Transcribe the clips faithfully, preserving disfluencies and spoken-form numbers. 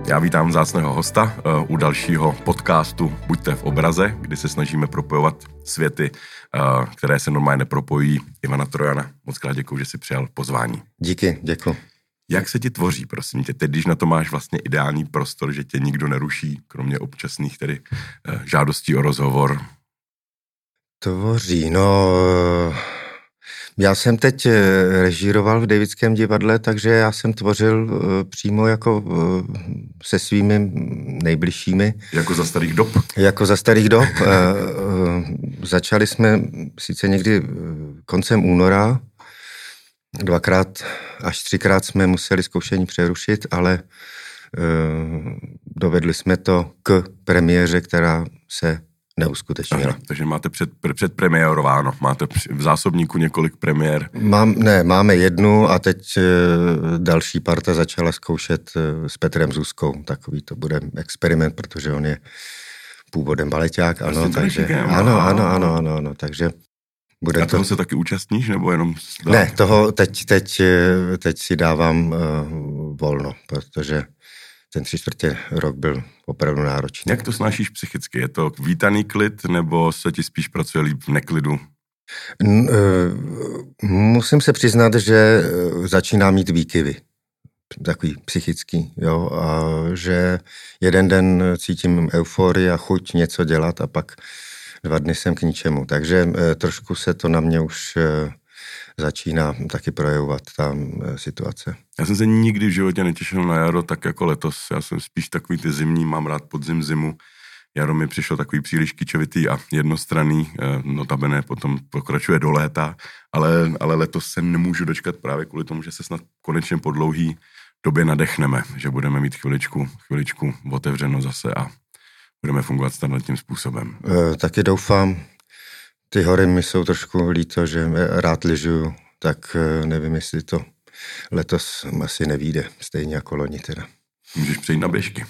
Já vítám vzácného hosta uh, u dalšího podcastu Buďte v obraze, kdy se snažíme propojovat světy, uh, které se normálně nepropojí. Ivana Trojana, moc krát děkuju, že jsi přijal pozvání. Díky, děkuji. Jak se ti tvoří, prosím tě, teď, když na to máš vlastně ideální prostor, že tě nikdo neruší, kromě občasných tedy uh, žádostí o rozhovor? Tvoří, no... Já jsem teď režíroval v Davidském divadle, takže já jsem tvořil přímo jako se svými nejbližšími. Jako za starých dob? Jako za starých dob. Začali jsme sice někdy koncem února, dvakrát až třikrát jsme museli zkoušení přerušit, ale dovedli jsme to k premiéře, která se neuskutečnila. Aha, takže máte před, před premiérováno, máte v zásobníku několik premiér. Mám, ne, máme jednu a teď e, další parta začala zkoušet e, s Petrem Zuzkou. Takový to bude experiment, protože on je původem baleťák, ano, vlastně takže, ano, ano, ano, ano, ano, takže bude a toho to... se taky účastníš, nebo jenom... Ne, toho teď, teď, teď si dávám uh, volno, protože ten tři čtvrtě rok byl opravdu náročný. Jak to snášíš psychicky? Je to vítaný klid, nebo se ti spíš pracuje líp v neklidu? N, uh, musím se přiznat, že začíná mít výkyvy. Takový psychický, jo, a že jeden den cítím euforii a chuť něco dělat a pak dva dny jsem k ničemu. Takže uh, trošku se to na mě už uh, začíná taky projevovat ta situace. Já jsem se nikdy v životě netěšil na jaro tak jako letos. Já jsem spíš takový ty zimní, mám rád podzim, zimu. Jaro mi přišlo takový příliš kyčovitý a jednostranný, notabene potom pokračuje do léta, ale, ale letos se nemůžu dočkat právě kvůli tomu, že se snad konečně po dlouhý době nadechneme, že budeme mít chviličku, chviličku otevřeno zase a budeme fungovat standardním způsobem. E, taky doufám. Ty hory mi jsou trošku líto, že rád lyžuju, tak nevím, jestli to letos asi nevyjde, stejně jako loni teda. Můžeš přejít na běžky?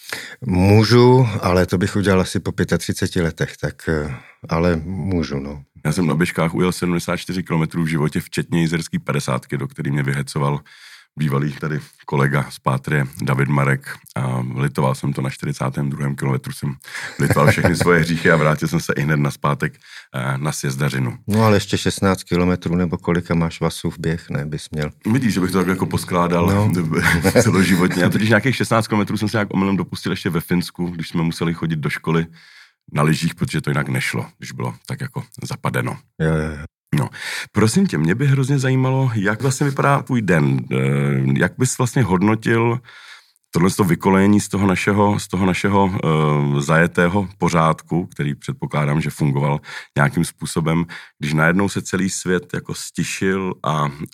Můžu, ale to bych udělal asi po třiceti pěti letech, tak ale můžu, no. Já jsem na běžkách ujel sedmdesát čtyři kilometrů v životě, včetně jizerský padesátky, do který mě vyhecoval bývalý tady kolega z Pátrie, David Marek, a litoval jsem to na čtyřicátém druhém kilometru, jsem litoval všechny svoje hříchy a vrátil jsem se i hned nazpátek na sjezdařinu. No ale ještě šestnáct kilometrů nebo kolika máš vasů v běh, ne, bys měl. Vidíš, že bych to tak jako poskládal no. celoživotně. Já totiž nějakých šestnáct kilometrů jsem se nějak omylem dopustil ještě ve Finsku, když jsme museli chodit do školy na lyžích, protože to jinak nešlo, když bylo tak jako zapadeno. Jo, jo, jo. No, prosím tě, mě by hrozně zajímalo, jak vlastně vypadá tvůj den, jak bys vlastně hodnotil tohleto vykolejení z toho našeho, z toho našeho uh, zajetého pořádku, který předpokládám, že fungoval nějakým způsobem, když najednou se celý svět jako stišil a uh,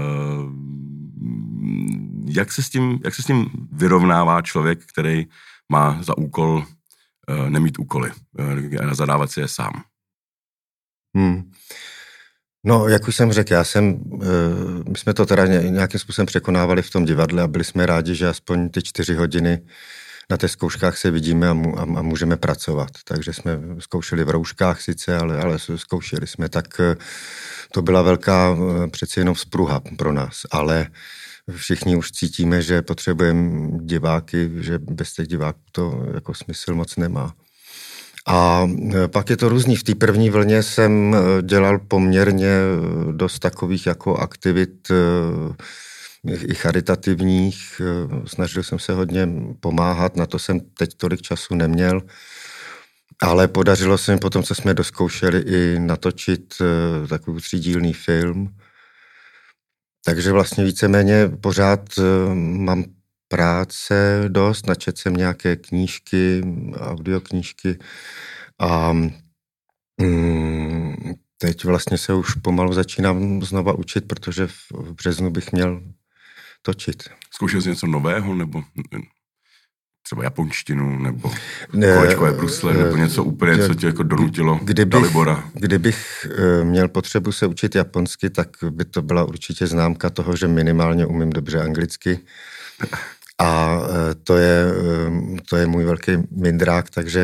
jak se s tím, jak se s tím vyrovnává člověk, který má za úkol uh, nemít úkoly, uh, zadávat si je sám. Hmm. No, jak už jsem řekl, já jsem, my jsme to teda nějakým způsobem překonávali v tom divadle a byli jsme rádi, že aspoň ty čtyři hodiny na těch zkouškách se vidíme a, mu, a, a můžeme pracovat. Takže jsme zkoušeli v rouškách sice, ale, ale zkoušeli jsme, tak to byla velká přeci jenom vzpruha pro nás, ale všichni už cítíme, že potřebujeme diváky, že bez těch diváků to jako smysl moc nemá. A pak je to různý. V té první vlně jsem dělal poměrně dost takových jako aktivit i charitativních. Snažil jsem se hodně pomáhat, na to jsem teď tolik času neměl. Ale podařilo se mi potom, co jsme doskoušeli, i natočit takový třídílný film. Takže vlastně víceméně pořád mám práce dost, načet jsem nějaké knížky, audioknížky a mm, teď vlastně se už pomalu začínám znova učit, protože v, v březnu bych měl točit. Zkoušel jsi něco nového, nebo třeba japonštinu, nebo kolečkové brusle, nebo něco úplně, co tě jako donutilo kdybych, Dalibora? Kdybych měl potřebu se učit japonsky, tak by to byla určitě známka toho, že minimálně umím dobře anglicky. A to je, to je můj velký mindrák, takže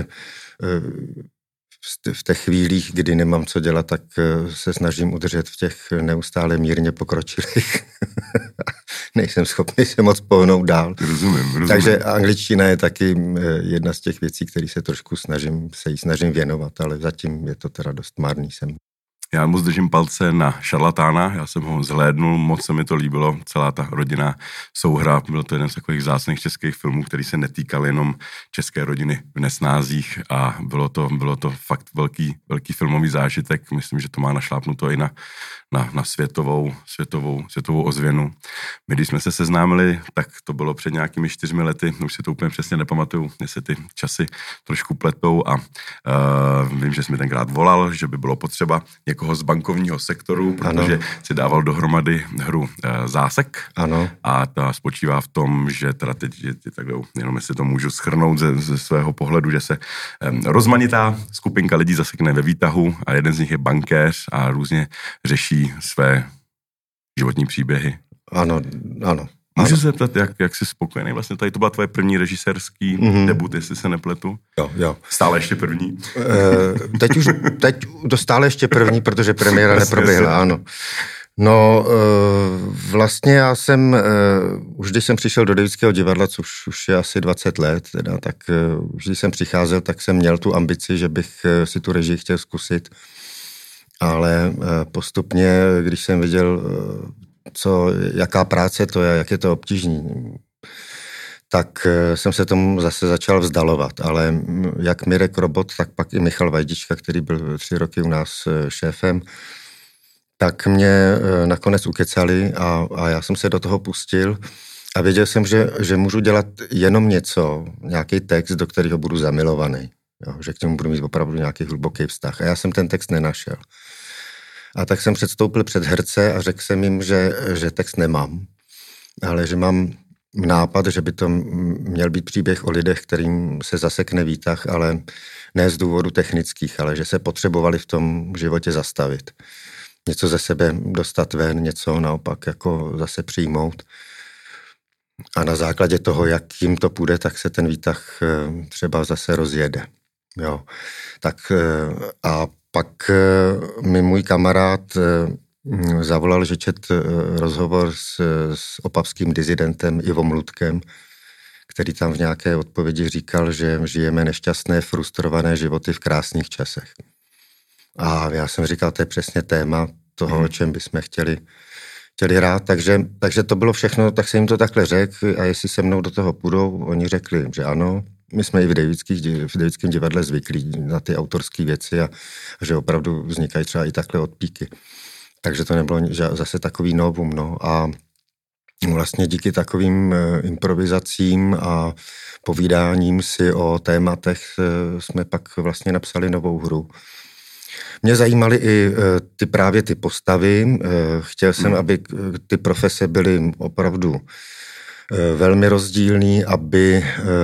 v těch chvílích, kdy nemám co dělat, tak se snažím udržet v těch neustále mírně pokročilých nejsem schopný se moc pohnout dál. Rozumím, rozumím. Takže angličtina je taky jedna z těch věcí, které se trošku snažím, se jí snažím věnovat, ale zatím je to teda dost marný jsem. Já moc držím palce na Šarlatána, já jsem ho zhlédnul, moc se mi to líbilo, celá ta rodinná souhra, byl to jeden z takových vzácných českých filmů, který se netýkal jenom české rodiny v nesnázích a bylo to, bylo to fakt velký, velký filmový zážitek, myslím, že to má našlápnuto i na, na, na světovou, světovou, světovou ozvěnu. My, když jsme se seznámili, tak to bylo před nějakými čtyřmi lety, už si to úplně přesně nepamatuju, jestli ty časy trošku pletou a uh, vím, že jsi mi tenkrát volal, že by bylo potřeba někoho z bankovního sektoru, protože ano. si dával dohromady hru e, Zásek. Ano. A ta spočívá v tom, že teda teď je, je takhle, jenom jestli to můžu shrnout ze, ze svého pohledu, že se e, rozmanitá skupinka lidí zasekne ve výtahu a jeden z nich je bankéř a různě řeší své životní příběhy. Ano, ano. Můžu se zeptat, jak, jak jsi spokojený vlastně? Tady to byla tvoje první režisérský mm-hmm. debut, jestli se nepletu. Jo, jo. Stále ještě první. E, teď už, teď to stále ještě první, protože premiéra neproběhla, ano. No, e, vlastně já jsem, e, už když jsem přišel do Davidského divadla, což už je asi dvacet let, teda, tak e, už když jsem přicházel, tak jsem měl tu ambici, že bych e, si tu režii chtěl zkusit, ale e, postupně, když jsem viděl e, co, jaká práce to je, jak je to obtížný, tak jsem se tomu zase začal vzdalovat, ale jak Mirek Robot, tak pak i Michal Vajdička, který byl tři roky u nás šéfem, tak mě nakonec ukecali a, a já jsem se do toho pustil a věděl jsem, že, že můžu dělat jenom něco, nějaký text, do kterého budu zamilovaný, jo, že k němu budu mít opravdu nějaký hluboký vztah a já jsem ten text nenašel. A tak jsem předstoupil před herce a řekl jsem jim, že, že text nemám, ale že mám nápad, že by to měl být příběh o lidech, kterým se zasekne výtah, ale ne z důvodu technických, ale že se potřebovali v tom životě zastavit. Něco ze sebe dostat ven, něco naopak jako zase přijmout. A na základě toho, jak jim to půjde, tak se ten výtah třeba zase rozjede. Jo. Tak a pak mi můj kamarád zavolal, že čet rozhovor s, s opavským dizidentem Ivom Ludkem, který tam v nějaké odpovědi říkal, že žijeme nešťastné, frustrované životy v krásných časech. A já jsem říkal, to je přesně téma toho, o čem bychom chtěli, chtěli hrát, takže, takže to bylo všechno, tak jsem jim to takhle řekl a jestli se mnou do toho půjdou, oni řekli, že ano. My jsme i v Davidském divadle zvyklí na ty autorské věci a, a že opravdu vznikají třeba i takhle odpíky. Takže to nebylo zase takový novum, no. A vlastně díky takovým improvizacím a povídáním si o tématech jsme pak vlastně napsali novou hru. Mě zajímaly i ty právě ty postavy. Chtěl jsem, aby ty profese byly opravdu velmi rozdílný, aby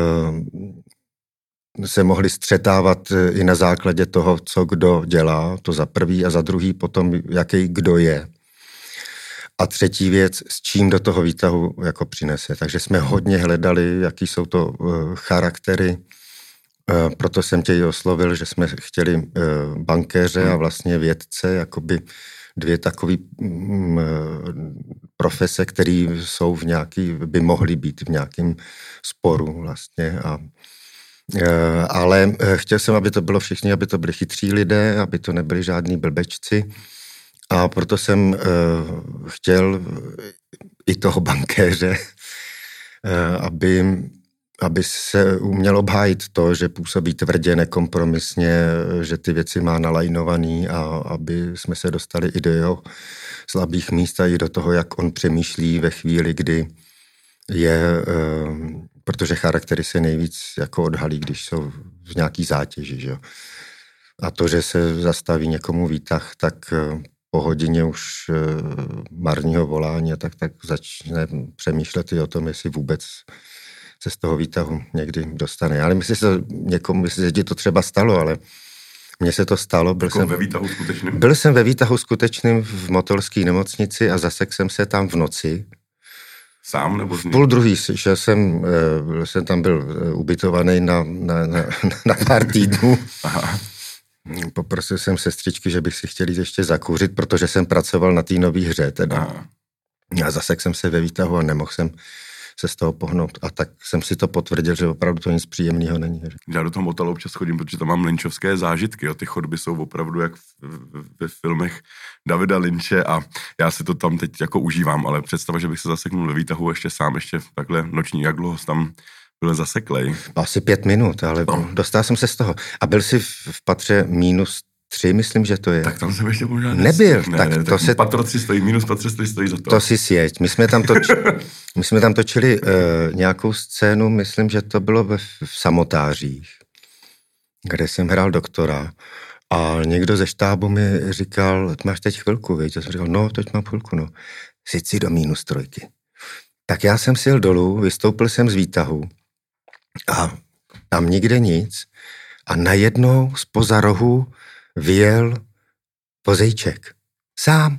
se mohli střetávat i na základě toho, co kdo dělá, to za prvý a za druhý potom, jaký kdo je. A třetí věc, s čím do toho výtahu jako přinese. Takže jsme hodně hledali, jaký jsou to charaktery, proto jsem tě i oslovil, že jsme chtěli bankéře a vlastně vědce, jakoby dvě takové mm, profese, které jsou v nějaký, by mohly být v nějakém sporu vlastně. A, e, ale chtěl jsem, aby to bylo všichni, aby to byli chytří lidé, aby to nebyli žádní blbečci. A proto jsem e, chtěl i toho bankéře, e, aby, aby se uměl obhájit to, že působí tvrdě, nekompromisně, že ty věci má nalajnovaný a aby jsme se dostali i do jeho slabých míst a i do toho, jak on přemýšlí ve chvíli, kdy je, protože charaktery se nejvíc jako odhalí, když jsou v nějaký zátěži, že jo. A to, že se zastaví někomu výtah, tak po hodině už marního volání a tak, tak začne přemýšlet i o tom, jestli vůbec se z toho výtahu někdy dostane. Ale myslím, že se někomu, myslím, že to třeba stalo, ale mně se to stalo. Byl jako jsem ve výtahu skutečným? Byl jsem ve výtahu skutečným v Motolské nemocnici a zasek jsem se tam v noci. Sám nebo v půl druhý, šel jsem, jsem tam byl ubytovaný na, na, na, na pár týdnů. Aha. Poprosil jsem sestřičky, že bych si chtěl jít ještě zakouřit, protože jsem pracoval na té nový hře teda. Aha. A zasek jsem se ve výtahu a nemohl jsem se z toho pohnout. A tak jsem si to potvrdil, že opravdu to nic příjemného není. Já do toho Motalu občas chodím, protože tam mám lynčovské zážitky. Jo. Ty chodby jsou opravdu jak ve filmech Davida Lynche a já si to tam teď jako užívám, ale představa, že bych se zaseknul ve výtahu ještě sám, ještě takhle noční, jak dlouho tam byl zaseklej? Asi pět minut, ale no. Dostal jsem se z toho. A byl jsi v patře minus tři, myslím, že to je. Tak tam jsem ještě možná nebyl. Ne, tak ne, to tak se... patro tři stojí, minus patro tři stojí za to. To si sjeď. My jsme tam, toč... My jsme tam točili uh, nějakou scénu, myslím, že to bylo ve, v Samotářích, kde jsem hrál doktora a někdo ze štábu mi říkal, máš teď chvilku, víš? Já jsem říkal, no, teď mám chvilku, no. Siď si do minus trojky. Tak já jsem sjel dolů, vystoupil jsem z výtahu a tam nikde nic a najednou zpoza rohu vyjel vozejček. Sám.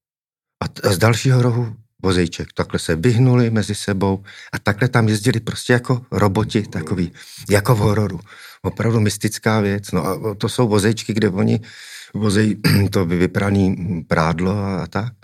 A, t- a z dalšího rohu vozejček. Takhle se vyhnuli mezi sebou a takhle tam jezdili prostě jako roboti, takový, jako v hororu. Opravdu mystická věc. No a to jsou vozejčky, kde oni vozejí to vypraný prádlo a, a tak.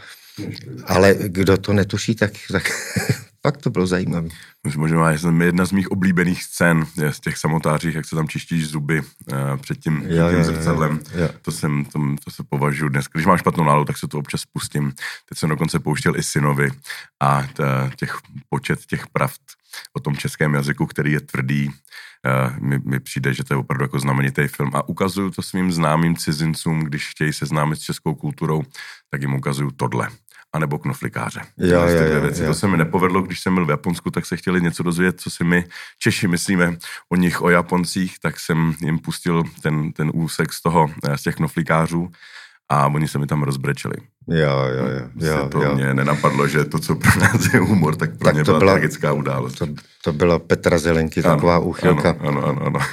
Ale kdo to netuší, tak, tak fakt to bylo zajímavé. Možná je jedna z mých oblíbených scén je z těch Samotářích, jak se tam čištíš zuby uh, před tím, jo, tím jo, zrcadlem. Jo, jo. To, jsem, to, to se považuji dnes. Když mám špatnou náladu, tak se to občas pustím. Teď jsem dokonce pouštěl i synovi a t, těch počet těch pravd o tom českém jazyku, který je tvrdý, uh, mi, mi přijde, že to je opravdu jako znamenitý film. A ukazuju to svým známým cizincům, když chtějí seznámit s českou kulturou, tak jim ukazuju tohle. A nebo knoflikáře. Jo, jo, jo, věci. jo. To se mi nepovedlo, když jsem byl v Japonsku, tak se chtěli něco dozvědět, co si my Češi myslíme o nich, o Japoncích, tak jsem jim pustil ten, ten úsek z toho, z těch knoflikářů a oni se mi tam rozbrečeli. Jo, jo, jo. jo to jo. mě nenapadlo, že to, co pro nás je humor, tak pro tak mě to byla, byla tragická událost. To, to byla Petra Zelenky, taková ano, úchylka. Ano, ano, ano. ano.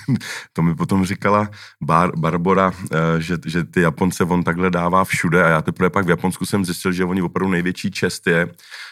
To mi potom říkala Bar, Barbora, že, že ty Japonce on takhle dává všude a já teprve pak v Japonsku jsem zjistil, že oni opravdu největší čest je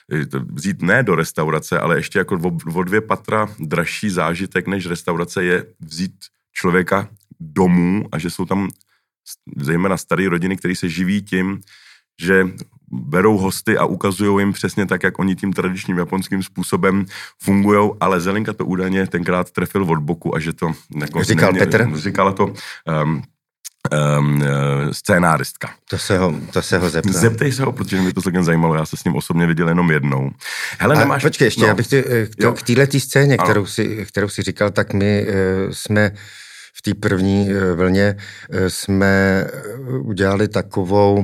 vzít ne do restaurace, ale ještě jako o, o dvě patra dražší zážitek než restaurace je vzít člověka domů a že jsou tam zejména staré rodiny, které se živí tím, že berou hosty a ukazují jim přesně tak, jak oni tím tradičním japonským způsobem fungujou, ale Zelenka to údajně tenkrát trefil od boku a že to... Jako, Říkal ne, Petr? Říkala to um, um, scénáristka. To se ho, to se ho zeptá. Zeptej se ho, protože mě to celkem zajímalo, já se s ním osobně viděl jenom jednou. Hele, a nemáš... počkej, ještě, no. abych ty, k, k této scéně, kterou si, kterou si říkal, tak my uh, jsme v té první uh, vlně uh, jsme udělali takovou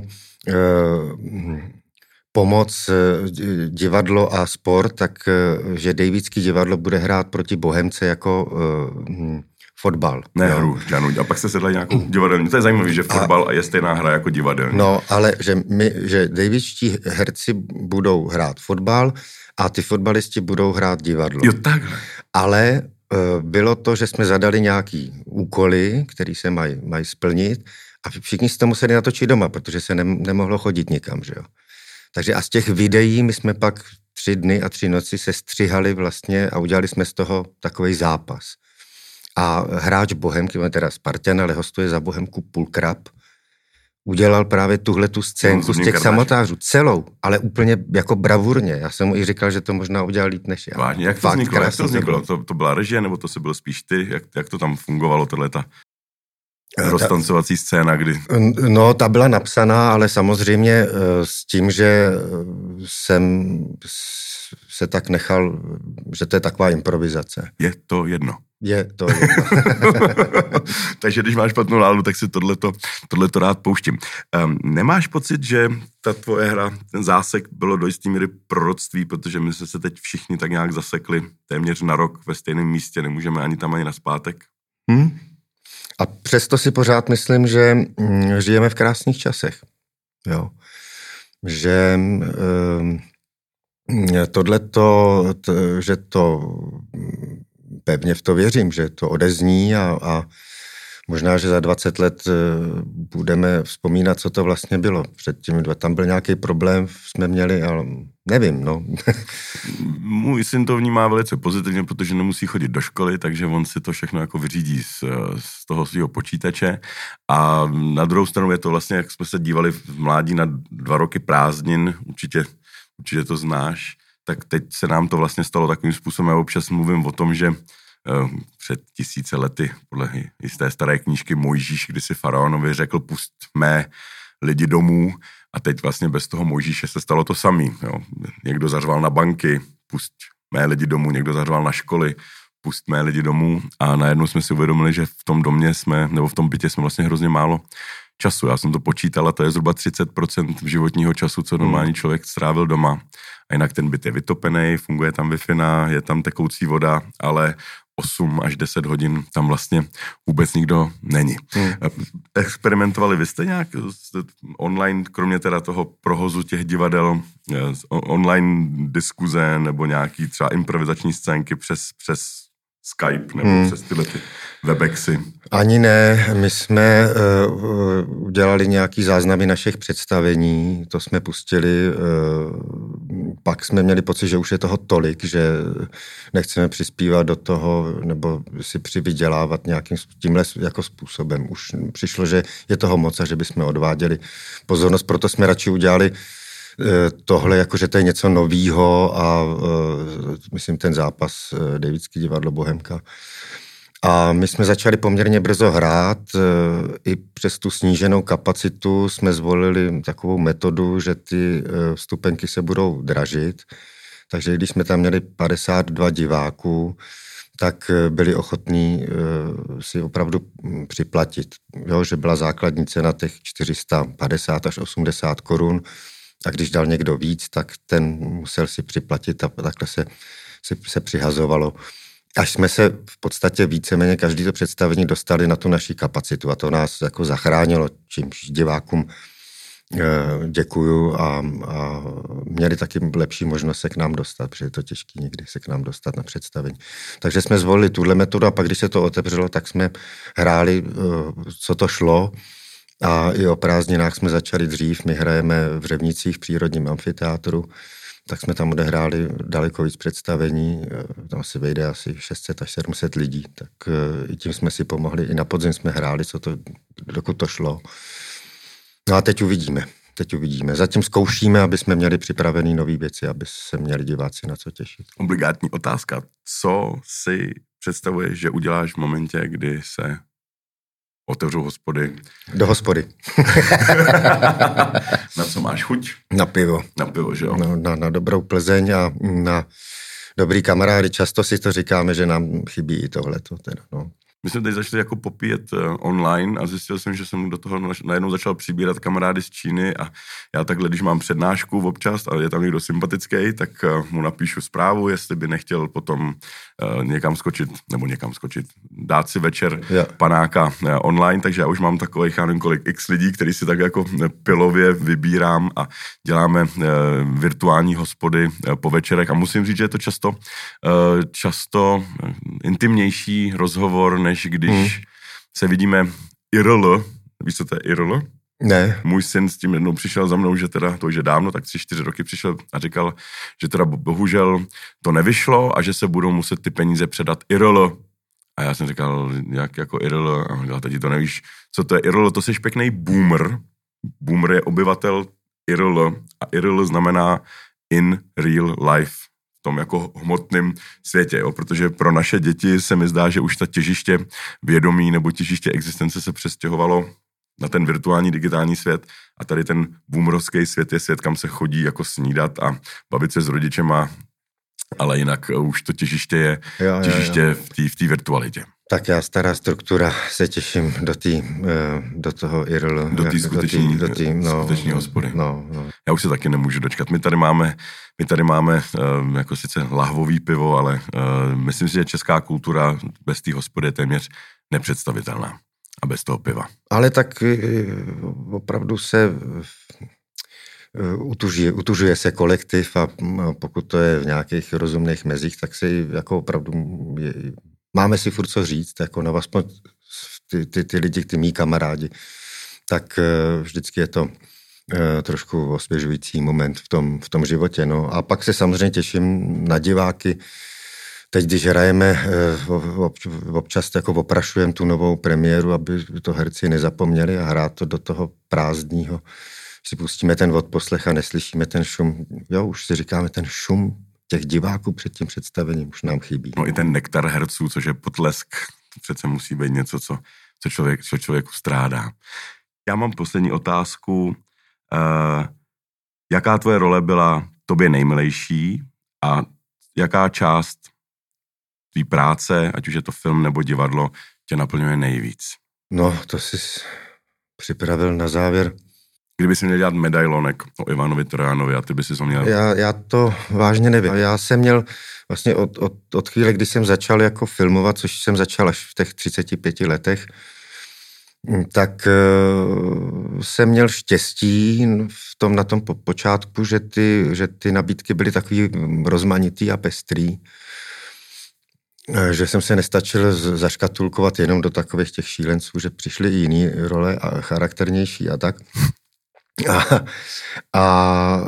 uh, pomoc uh, divadlo a sport, tak uh, že Davidský divadlo bude hrát proti Bohemce jako uh, fotbal. Ne, hru, žádnou. A pak se sedla nějakou divadelní. To je zajímavé, že fotbal a je stejná hra jako divadelní. No, ale že, my, že Davidští herci budou hrát fotbal a ty fotbalisti budou hrát divadlo. Jo, takhle. Ale uh, bylo to, že jsme zadali nějaký úkoly, které se mají maj splnit a všichni si to museli natočit doma, protože se ne, nemohlo chodit nikam, že jo. Takže a z těch videí my jsme pak tři dny a tři noci se střihali vlastně a udělali jsme z toho takovej zápas. A hráč Bohemky, teda Spartan, ale hostuje za Bohemku Pulkrab, udělal právě tuhle tu scénku z těch Karnáš. Samotářů. Celou, ale úplně jako bravurně. Já jsem mu i říkal, že to možná udělal líp než já. Vážně, jak to Fakt, vzniklo? Jak to vzniklo? To, to byla režie, nebo to si byl spíš ty? Jak, jak to tam fungovalo, tohleta roztancovací scéna, kdy... No, ta byla napsaná, ale samozřejmě s tím, že jsem se tak nechal, že to je taková improvizace. Je to jedno. Je to jedno. Takže když máš špatnou náladu, tak si tohleto, tohleto rád pouštím. Um, nemáš pocit, že ta tvoje hra, ten zásek, bylo do jistý míry proroctví, protože my jsme se teď všichni tak nějak zasekli téměř na rok ve stejném místě, nemůžeme ani tam, ani naspátek? Hmm? A přesto si pořád myslím, že mm, žijeme v krásných časech. Jo. Že um, tohleto, to, že to pevně v to věřím, že to odezní a, a možná, že za dvacet let budeme vzpomínat, co to vlastně bylo. Předtím tam byl nějaký problém, jsme měli, ale nevím, no. Můj syn to vnímá velice pozitivně, protože nemusí chodit do školy, takže on si to všechno jako vyřídí z, z toho svého počítače. A na druhou stranu je to vlastně, jak jsme se dívali v mládí na dva roky prázdnin, určitě určitě to znáš, tak teď se nám to vlastně stalo takovým způsobem, já občas mluvím o tom, že před tisíce lety, podle jisté staré knížky Mojžíš, kdy si faraonovi řekl, pusť mé lidi domů, a teď vlastně bez toho Mojžíše se stalo to samý. Jo. Někdo zařval na banky, pusť mé lidi domů, někdo zařval na školy, pusť mé lidi domů, a najednou jsme si uvědomili, že v tom domě jsme, nebo v tom bytě jsme vlastně hrozně málo času. Já jsem to počítal a to je zhruba třicet procent životního času, co normální člověk strávil doma. A jinak ten byt je vytopený, funguje tam Wi-Fi, je tam tekoucí voda, ale osm až deset hodin tam vlastně vůbec nikdo není. Hmm. Experimentovali vy jste nějak online, kromě teda toho prohozu těch divadel, online diskuze nebo nějaký třeba improvizační scénky přes, přes Skype nebo hmm. přes tyhle ty Webexy? Ani ne, my jsme uh, udělali nějaký záznamy našich představení, to jsme pustili, uh, pak jsme měli pocit, že už je toho tolik, že nechceme přispívat do toho nebo si přivydělávat nějakým tímhle jako způsobem. Už přišlo, že je toho moc a že bychom odváděli pozornost, proto jsme radši udělali tohle, jakože to je něco novýho a uh, myslím ten zápas uh, Davidský divadlo Bohemka. A my jsme začali poměrně brzo hrát, uh, i přes tu sníženou kapacitu jsme zvolili takovou metodu, že ty uh, vstupenky se budou dražit, takže když jsme tam měli padesát dva diváků, tak uh, byli ochotní uh, si opravdu připlatit, jo, že byla základní cena těch čtyři sta padesát až osmdesát korun, a když dal někdo víc, tak ten musel si připlatit a takhle se, se, se přihazovalo. Až jsme se v podstatě víceméně každý to představení dostali na tu naši kapacitu a to nás jako zachránilo, čímž divákům děkuju a, a měli taky lepší možnost se k nám dostat, protože je to těžké někdy se k nám dostat na představení. Takže jsme zvolili tuhle metodu a pak, když se to otevřelo, tak jsme hráli, co to šlo. A i o prázdninách jsme začali dřív, my hrajeme v Řevnicích v přírodním amfiteátru, tak jsme tam odehráli daleko víc představení, tam si vejde asi šest set až sedm set lidí, tak i tím jsme si pomohli, i na podzim jsme hráli, co to, dokud to šlo. No a teď uvidíme, teď uvidíme. Zatím zkoušíme, aby jsme měli připravený nový věci, aby se měli diváci na co těšit. Obligátní otázka, co si představuješ, že uděláš v momentě, kdy se otevřu hospody? Do hospody. Na co máš chuť? Na pivo. Na pivo, že jo? No, na, na dobrou Plzeň a na dobrý kamarády. Často si to říkáme, že nám chybí i tohleto. Teda, no. My jsme teď začali jako popíjet online a zjistil jsem, že jsem do toho najednou začal přibírat kamarády z Číny a já takhle, když mám přednášku občas a je tam někdo sympatický, tak mu napíšu zprávu, jestli by nechtěl potom někam skočit, nebo někam skočit, dát si večer yeah. panáka online, takže já už mám takových, já nevím kolik, x lidí, který si tak jako pilově vybírám a děláme virtuální hospody po večerech a musím říct, že je to často, často intimnější rozhovor, než když hmm. se vidíme I R L. Víš, co to je I R L? Ne. Můj syn s tím jednou přišel za mnou, že teda to už je dávno, tak tři, čtyři roky přišel a říkal, že teda bohužel to nevyšlo a že se budou muset ty peníze předat I R L. A já jsem říkal, jak jako I R L? A on říkal, teď to nevíš, co to je I R L? To jsi pěkný boomer. Boomer je obyvatel I R L a I R L znamená in real life. Tom jako hmotném světě, jo? Protože pro naše děti se mi zdá, že už ta těžiště vědomí nebo těžiště existence se přestěhovalo na ten virtuální digitální svět a tady ten boomerovský svět je svět, kam se chodí jako snídat a bavit se s rodičema, ale jinak už to těžiště je jo, těžiště jo, jo. v té virtualitě. Tak já, stará struktura, se těším do, tý, do toho I R L. Do té skuteční, do tý, no, skuteční hospody. No, no. Já už se taky nemůžu dočkat. My tady máme, my tady máme uh, jako sice lahvový pivo, ale uh, myslím si, že česká kultura bez té hospody je téměř nepředstavitelná. A bez toho piva. Ale tak opravdu se utužuje, utužuje se kolektiv a pokud to je v nějakých rozumných mezích, tak si jako opravdu je, máme si furt co říct, jako na aspoň ty, ty, ty lidi, ty mý kamarádi, tak vždycky je to trošku osvěžující moment v tom, v tom životě. No. A pak se samozřejmě těším na diváky. Teď, když hrajeme, občas jako oprašujeme tu novou premiéru, aby to herci nezapomněli a hrát to do toho prázdního si pustíme ten odposlech a neslyšíme ten šum. Jo, už si říkáme, ten šum těch diváků před tím představením už nám chybí. No i ten nektar herců, což je potlesk, to přece musí být něco, co, co, člověk, co člověku strádá. Já mám poslední otázku. Uh, jaká tvoje role byla tobě nejmilejší a jaká část tvý práce, ať už je to film nebo divadlo, tě naplňuje nejvíc? No, to jsi připravil na závěr. Kdyby si měl dělat medailonek o Ivanovi Trojanovi a ty by si to měl... Já, já to vážně nevím. Já jsem měl vlastně od, od, od chvíle, kdy jsem začal jako filmovat, což jsem začal až v těch třiceti pěti letech, tak uh, jsem měl štěstí v tom, na tom po, počátku, že ty, že ty nabídky byly takový rozmanitý a pestrý, že jsem se nestačil zaškatulkovat jenom do takových těch šílenců, že přišly i jiný role a charakternější a tak. A, a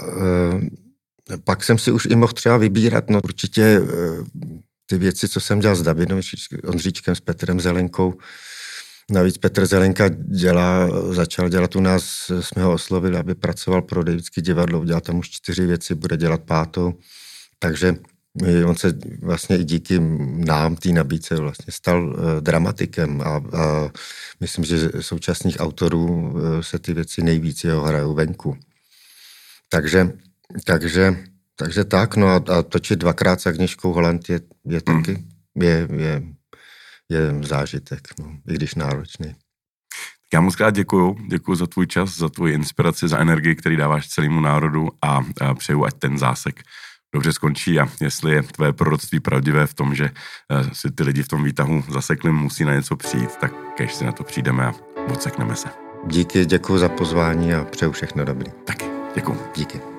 e, pak jsem si už i mohl třeba vybírat, no určitě e, ty věci, co jsem dělal s Davidem Ondříčkem, s Petrem Zelenkou. Navíc Petr Zelenka dělá, začal dělat u nás, jsme ho oslovili, aby pracoval pro Davidské divadlo, udělal tam už čtyři věci, bude dělat pátou, takže on se vlastně i díky nám, té nabídce, vlastně stal uh, dramatikem a, a myslím, že současných autorů uh, se ty věci nejvíc jeho hrajou venku. Takže, takže, takže tak, no a, a točit dvakrát s Agněškou Holland je, je taky, je, je, je zážitek, no, i když náročný. Já moc krát děkuju, děkuju za tvůj čas, za tvoji inspiraci, za energii, který dáváš celému národu a, a přeju, ať ten zásek dobře skončí a jestli je tvé proroctví pravdivé v tom, že si ty lidi v tom výtahu zasekli, musí na něco přijít, tak kež si na to přijdeme a odsekneme se. Díky, děkuji za pozvání a přeju všechno dobrý. Taky, děkuju. Díky.